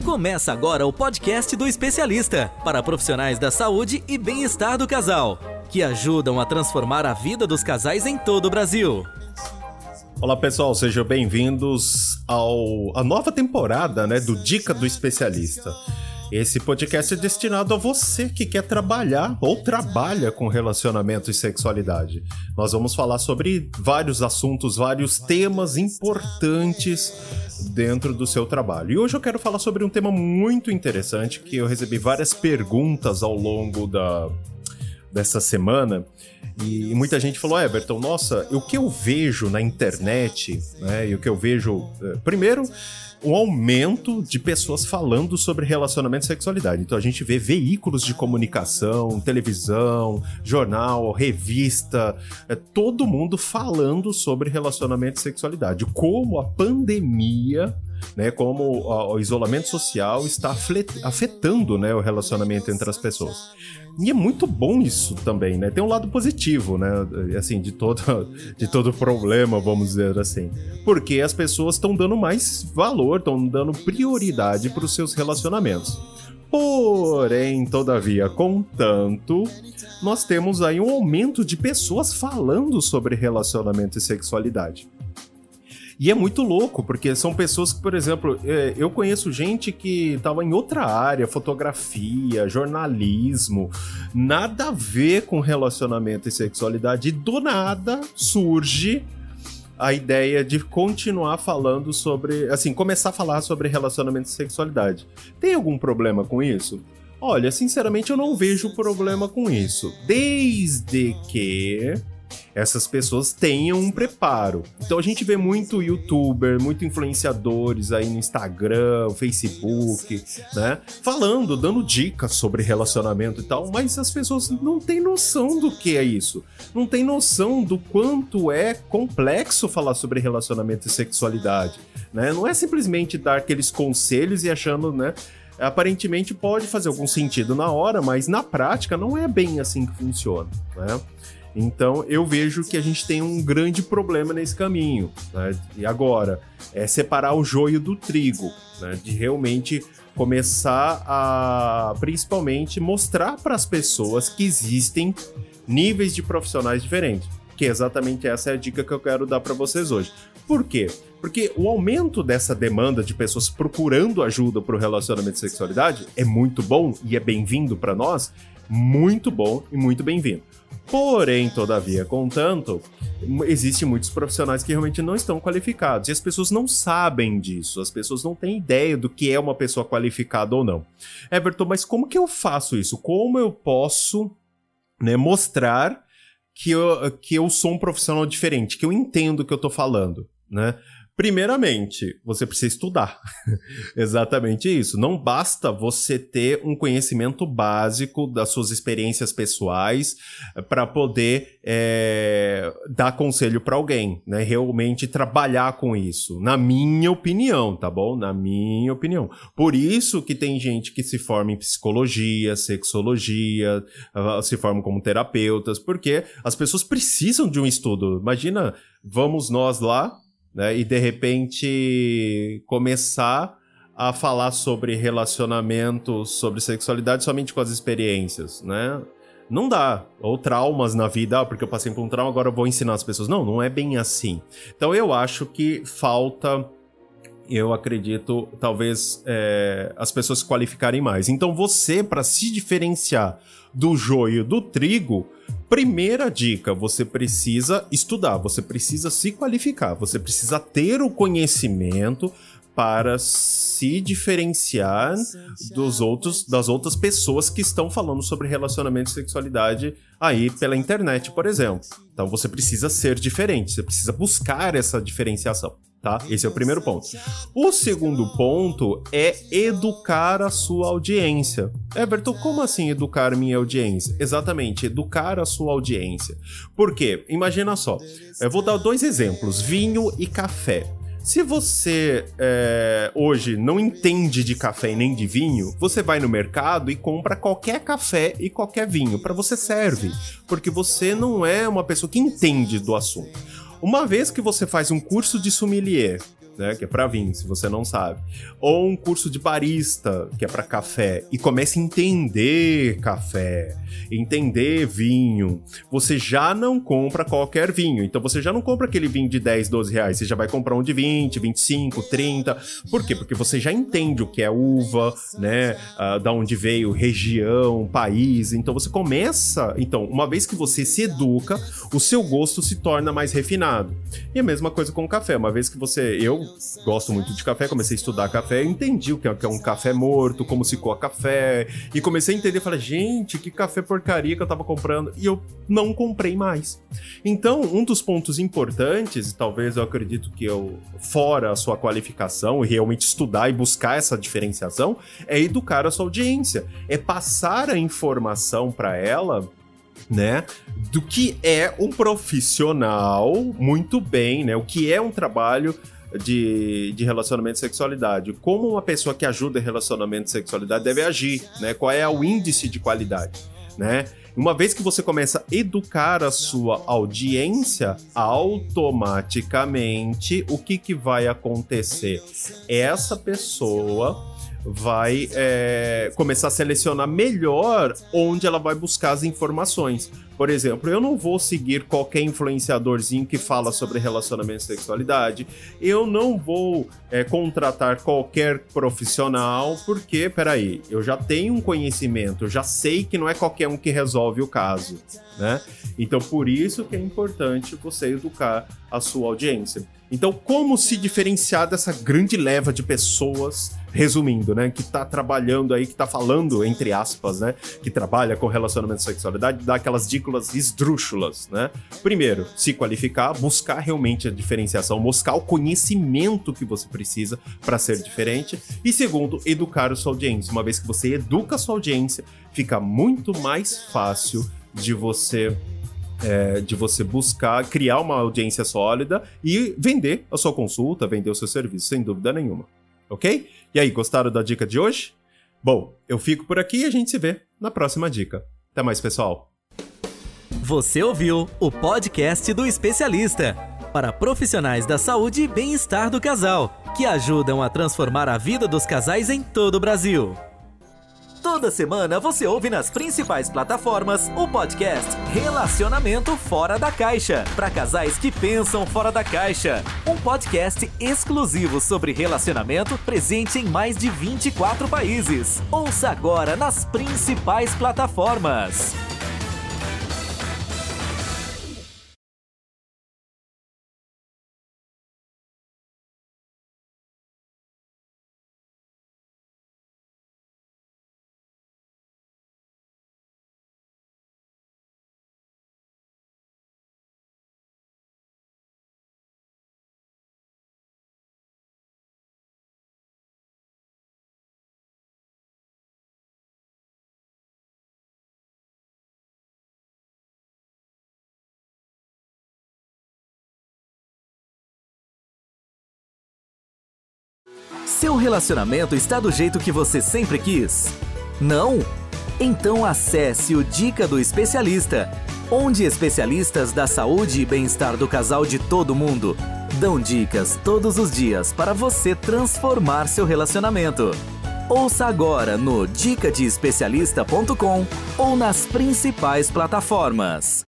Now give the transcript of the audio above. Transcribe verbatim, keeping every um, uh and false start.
Começa agora o podcast do especialista, para profissionais da saúde e bem-estar do casal, que ajudam a transformar a vida dos casais em todo o Brasil. Olá pessoal, sejam bem-vindos ao, à nova temporada, né, do Dica do Especialista. Esse podcast é destinado a você que quer trabalhar ou trabalha com relacionamento e sexualidade. Nós vamos falar sobre vários assuntos, vários temas importantes dentro do seu trabalho. E hoje eu quero falar sobre um tema muito interessante que eu recebi várias perguntas ao longo da, dessa semana. E muita gente falou, Everton, nossa, o que eu vejo na internet, né, e o que eu vejo... Primeiro... um aumento de pessoas falando sobre relacionamento e sexualidade. Então a gente vê veículos de comunicação, televisão, jornal, revista, é, todo mundo falando sobre relacionamento e sexualidade. Como a pandemia, né, como a, o isolamento social está afetando, né, o relacionamento entre as pessoas. E é muito bom isso também, né? Tem um lado positivo, né? Assim, de todo, de todo problema, vamos dizer assim. Porque as pessoas estão dando mais valor, estão dando prioridade para os seus relacionamentos. Porém, todavia, contanto, nós temos aí um aumento de pessoas falando sobre relacionamento e sexualidade. E é muito louco, porque são pessoas que, por exemplo, eu conheço gente que estava em outra área, fotografia, jornalismo, nada a ver com relacionamento e sexualidade, e do nada surge a ideia de continuar falando sobre, assim, começar a falar sobre relacionamento e sexualidade. Tem algum problema com isso? Olha, sinceramente eu não vejo problema com isso, desde que essas pessoas tenham um preparo. Então a gente vê muito youtuber, muito influenciadores aí no Instagram, Facebook, né, falando, dando dicas sobre relacionamento e tal, mas as pessoas não têm noção do que é isso. Não têm noção do quanto é complexo falar sobre relacionamento e sexualidade, né? Não é simplesmente dar aqueles conselhos e achando, né, aparentemente pode fazer algum sentido na hora, mas na prática não é bem assim que funciona, né? Então, eu vejo que a gente tem um grande problema nesse caminho, né? E agora, é separar o joio do trigo, né? De realmente começar a, principalmente, mostrar para as pessoas que existem níveis de profissionais diferentes. Que exatamente essa é a dica que eu quero dar para vocês hoje. Por quê? Porque o aumento dessa demanda de pessoas procurando ajuda para o relacionamento e sexualidade é muito bom e é bem-vindo para nós, muito bom e muito bem-vindo. Porém, todavia, contanto, existem muitos profissionais que realmente não estão qualificados e as pessoas não sabem disso, as pessoas não têm ideia do que é uma pessoa qualificada ou não. Everton, mas como que eu faço isso? Como eu posso, né, mostrar que eu, que eu sou um profissional diferente, que eu entendo o que eu tô falando, né? Primeiramente, você precisa estudar. Exatamente isso. Não basta você ter um conhecimento básico das suas experiências pessoais para poder é, dar conselho para alguém, né? Realmente trabalhar com isso. Na minha opinião, tá bom? Na minha opinião. Por isso que tem gente que se forma em psicologia, sexologia, se forma como terapeutas, porque as pessoas precisam de um estudo. Imagina, vamos nós lá, né, e de repente começar a falar sobre relacionamento, sobre sexualidade somente com as experiências, né? Não dá. Ou traumas na vida, ah, porque eu passei por um trauma, agora eu vou ensinar as pessoas. Não, não é bem assim. Então eu acho que falta, eu acredito, talvez é, as pessoas se qualificarem mais. Então você, para se diferenciar do joio do trigo, primeira dica, você precisa estudar, você precisa se qualificar, você precisa ter o conhecimento para se diferenciar dos outros, das outras pessoas que estão falando sobre relacionamento e sexualidade aí pela internet, por exemplo. Então você precisa ser diferente, você precisa buscar essa diferenciação. Tá? Esse é o primeiro ponto. O segundo ponto é educar a sua audiência. Everton, como assim educar minha audiência? Exatamente, educar a sua audiência. Por quê? Imagina só, eu vou dar dois exemplos, vinho e café. Se você é, hoje não entende de café e nem de vinho, você vai no mercado e compra qualquer café e qualquer vinho. Para você serve, porque você não é uma pessoa que entende do assunto. Uma vez que você faz um curso de sommelier né, que é para vinho, se você não sabe. Ou um curso de barista, que é para café, e comece a entender café, entender vinho. Você já não compra qualquer vinho, então você já não compra aquele vinho de dez, doze reais, você já vai comprar um de vinte, vinte e cinco, trinta. Por quê? Porque você já entende o que é uva, né, uh, da onde veio, região, país. Então você começa, então, uma vez que você se educa, o seu gosto se torna mais refinado. E a mesma coisa com o café, uma vez que você, eu gosto muito de café, comecei a estudar café, entendi o que é um café morto, como se coa café, e comecei a entender, falei, gente, que café porcaria que eu tava comprando, e eu não comprei mais. Então, um dos pontos importantes, e talvez eu acredito que eu, fora a sua qualificação, e realmente estudar e buscar essa diferenciação, é educar a sua audiência, é passar a informação para ela, né, do que é um profissional muito bem, né, o que é um trabalho de, de relacionamento e sexualidade, como uma pessoa que ajuda em relacionamento e sexualidade deve agir, né, qual é o índice de qualidade, né. Uma vez que você começa a educar a sua audiência, automaticamente, o que, que vai acontecer? Essa pessoa vai é, começar a selecionar melhor onde ela vai buscar as informações. Por exemplo, eu não vou seguir qualquer influenciadorzinho que fala sobre relacionamento e sexualidade, eu não vou é, contratar qualquer profissional, porque, peraí, eu já tenho um conhecimento, eu já sei que não é qualquer um que resolve o caso, né? Então, por isso que é importante você educar a sua audiência. Então, como se diferenciar dessa grande leva de pessoas, resumindo, né, que tá trabalhando aí, que tá falando, entre aspas, né, que trabalha com relacionamento e sexualidade, dá aquelas dicas esdrúxulas, né? Primeiro, se qualificar, buscar realmente a diferenciação, mostrar o conhecimento que você precisa para ser diferente. E segundo, educar a sua audiência. Uma vez que você educa a sua audiência, fica muito mais fácil de você... É, de você buscar, criar uma audiência sólida e vender a sua consulta, vender o seu serviço, sem dúvida nenhuma. Ok? E aí, gostaram da dica de hoje? Bom, eu fico por aqui e a gente se vê na próxima dica. Até mais, pessoal! Você ouviu o podcast do especialista para profissionais da saúde e bem-estar do casal, que ajudam a transformar a vida dos casais em todo o Brasil. Toda semana você ouve nas principais plataformas o podcast Relacionamento Fora da Caixa, para casais que pensam fora da caixa. Um podcast exclusivo sobre relacionamento presente em mais de vinte e quatro países. Ouça agora nas principais plataformas. Seu relacionamento está do jeito que você sempre quis? Não? Então acesse o Dica do Especialista, onde especialistas da saúde e bem-estar do casal de todo mundo dão dicas todos os dias para você transformar seu relacionamento. Ouça agora no dica de especialista ponto com ou nas principais plataformas.